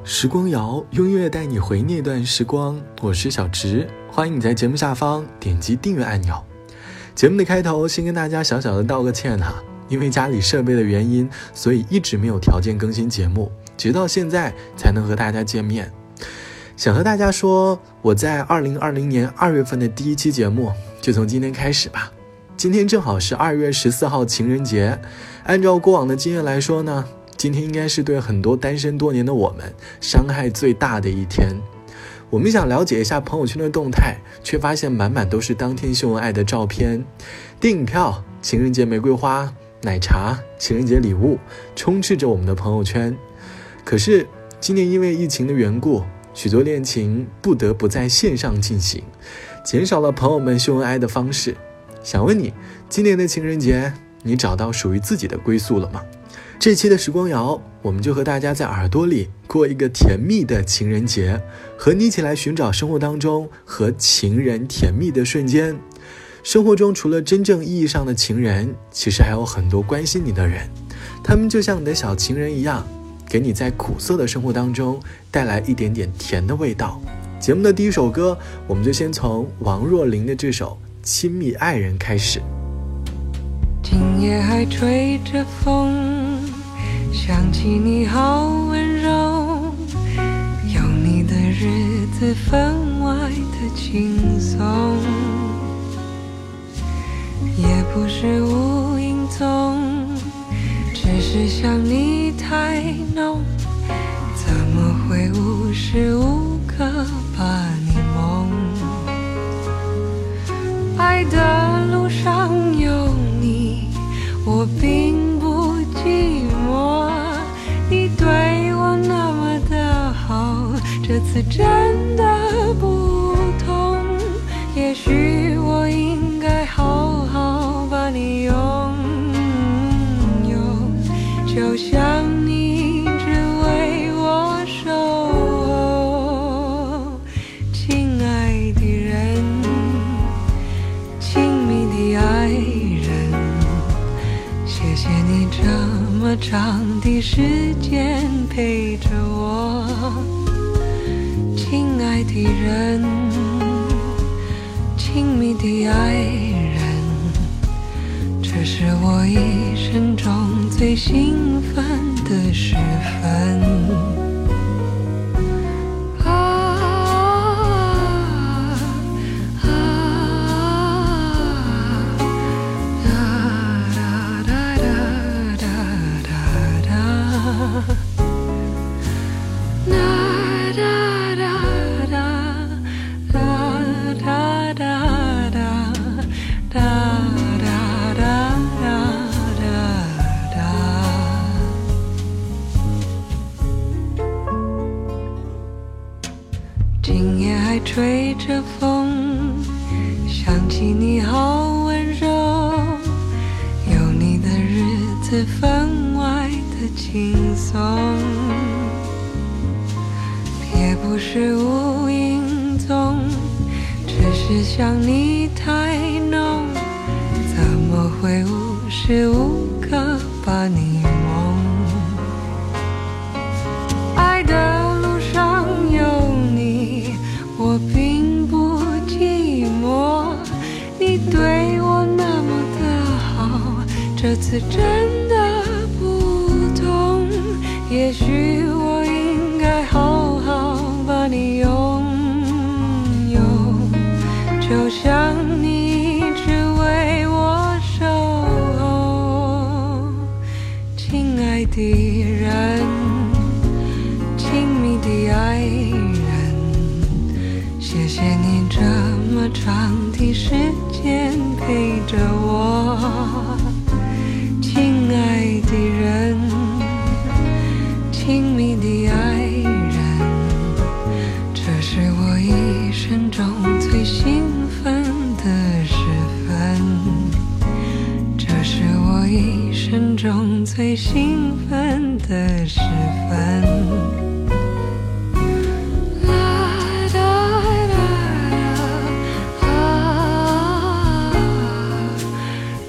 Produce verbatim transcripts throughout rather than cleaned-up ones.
时光谣，用音乐带你回那段时光，我是小直，欢迎你在节目下方点击订阅按钮。节目的开头先跟大家小小的道个歉哈，因为家里设备的原因，所以一直没有条件更新节目，直到现在才能和大家见面。想和大家说，我在二零二零年二月份的第一期节目就从今天开始吧。今天正好是二月十四号情人节，按照过往的经验来说呢，今天应该是对很多单身多年的我们伤害最大的一天。我们想了解一下朋友圈的动态，却发现满满都是当天秀恩爱的照片，电影票、情人节玫瑰花、奶茶、情人节礼物充斥着我们的朋友圈。可是今年因为疫情的缘故，许多恋情不得不在线上进行，减少了朋友们秀恩爱的方式。想问你，今年的情人节你找到属于自己的归宿了吗？这期的时光谣，我们就和大家在耳朵里过一个甜蜜的情人节，和你一起来寻找生活当中和情人甜蜜的瞬间。生活中除了真正意义上的情人，其实还有很多关心你的人，他们就像你的小情人一样，给你在苦涩的生活当中带来一点点甜的味道。节目的第一首歌，我们就先从王若琳的这首《亲密爱人》开始。 今夜还吹着风，想起你好温柔，有你的日子分外的轻松，也不是无影踪，只是想你太浓，怎么会无时无刻把你梦。爱的路上有你，我并不寂寞，你对我那么的好，这次真的不同，也许我应该好好把你拥有，就像你只为我守候。亲爱的人，亲密的爱人，谢谢你这么长的时间陪着我。亲爱的人，亲密的爱人，这是我一生中最兴奋的时分。今夜还吹着风，想起你好温柔，有你的日子分外的轻松，也不是无影踪，只是想你太浓，怎么会无时无刻把你梦。爱的路上有你，我并不寂寞，你对我那么的好，这次真的不同，也许我应该好好把你拥有，就像你只为我守候。亲爱的人，亲密的爱人，谢谢你这么长的时间陪着我。亲爱的人，亲密的爱人，这是我一生中最兴奋的时分，这是我一生中最兴奋的时分。啦啦啦啊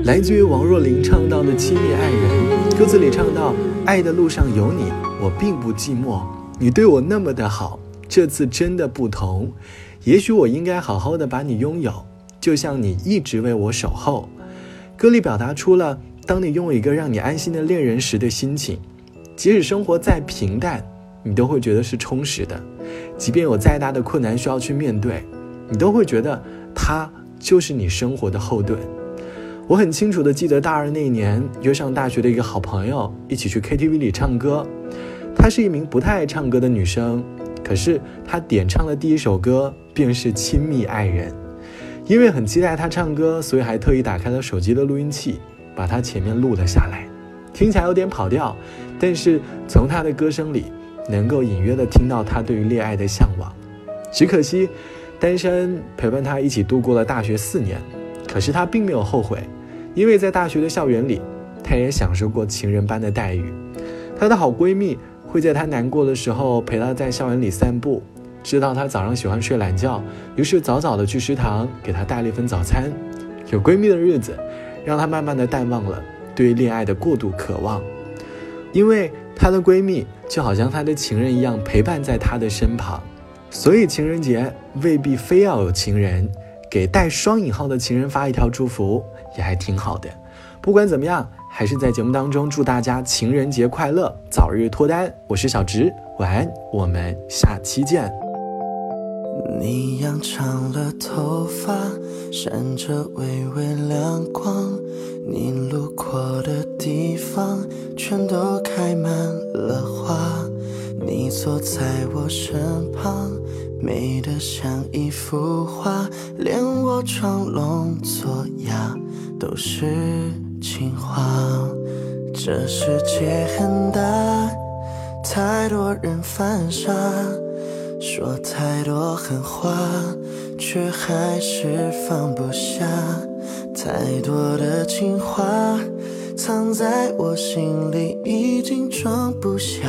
来自于王若琳唱到的亲密爱人，歌词里唱到，爱的路上有你，我并不寂寞，你对我那么的好，这次真的不同，也许我应该好好的把你拥有，就像你一直为我守候。歌里表达出了当你拥有一个让你安心的恋人时的心情，即使生活再平淡，你都会觉得是充实的，即便有再大的困难需要去面对，你都会觉得他就是你生活的后盾。我很清楚的记得大二那年，约上大学的一个好朋友一起去 K T V 里唱歌。她是一名不太爱唱歌的女生，可是她点唱的第一首歌便是《亲密爱人》。因为很期待她唱歌，所以还特意打开了手机的录音器，把她前面录了下来。听起来有点跑调，但是从她的歌声里能够隐约的听到她对于恋爱的向往。只可惜单身陪伴她一起度过了大学四年，可是她并没有后悔，因为在大学的校园里，她也享受过情人般的待遇。她的好闺蜜会在她难过的时候陪她在校园里散步，知道她早上喜欢睡懒觉，于是早早的去食堂给她带了一份早餐。有闺蜜的日子让她慢慢的淡忘了对恋爱的过度渴望，因为她的闺蜜就好像她的情人一样陪伴在她的身旁，所以情人节未必非要有情人，给带双引号的情人发一条祝福也还挺好的。不管怎么样，还是在节目当中祝大家情人节快乐，早日脱单。我是小直，晚安，我们下期见。 你扬长了头发，闪着微微亮光，你路过的地方全都开满了花，你坐在我身旁，美得像一幅画，连我装聋作哑都是情话。这世界很大，太多人犯傻，说太多狠话，却还是放不下。太多的情话藏在我心里，已经装不下。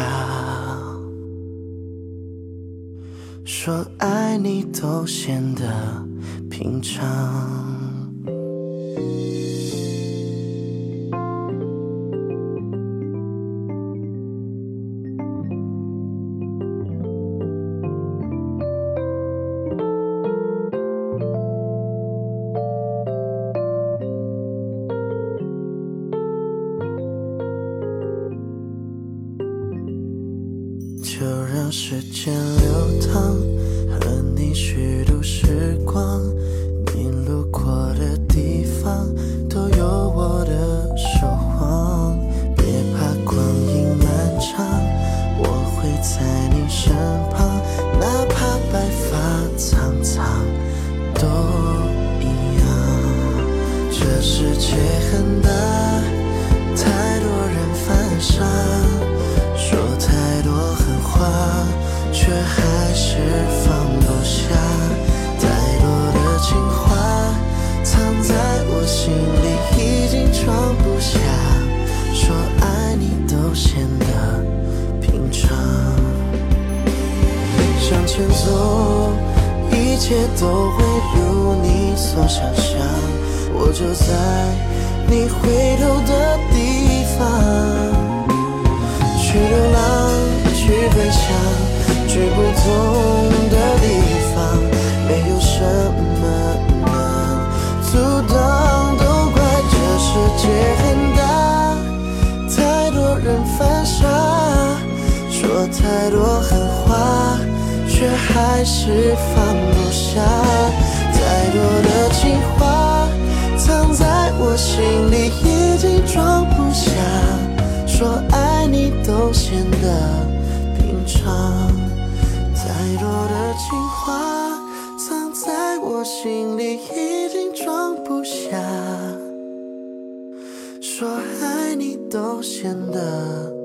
说爱你都显得平常。就让时间流淌，和你虚度时光，你路过的地方都有我的守望。别怕光阴漫长，我会在你身旁，哪怕白发苍苍都一样。这世界很大，太多人犯傻，说太多狠话，却还是放不下。太多的情话藏在我心里，已经装不下。说爱你都显得平常。向前走，一切都会如你所想象，我就在你回头的地方。去流浪，去飞翔，去不同的地方，没有什么能阻挡，都怪这世界很大，太多人犯傻，说太多狠话，却还是放不下。太多的情话藏在我心里，已经装不下。说爱你都显得平常，太多的情话藏在我心里，已经装不下。说爱你都显得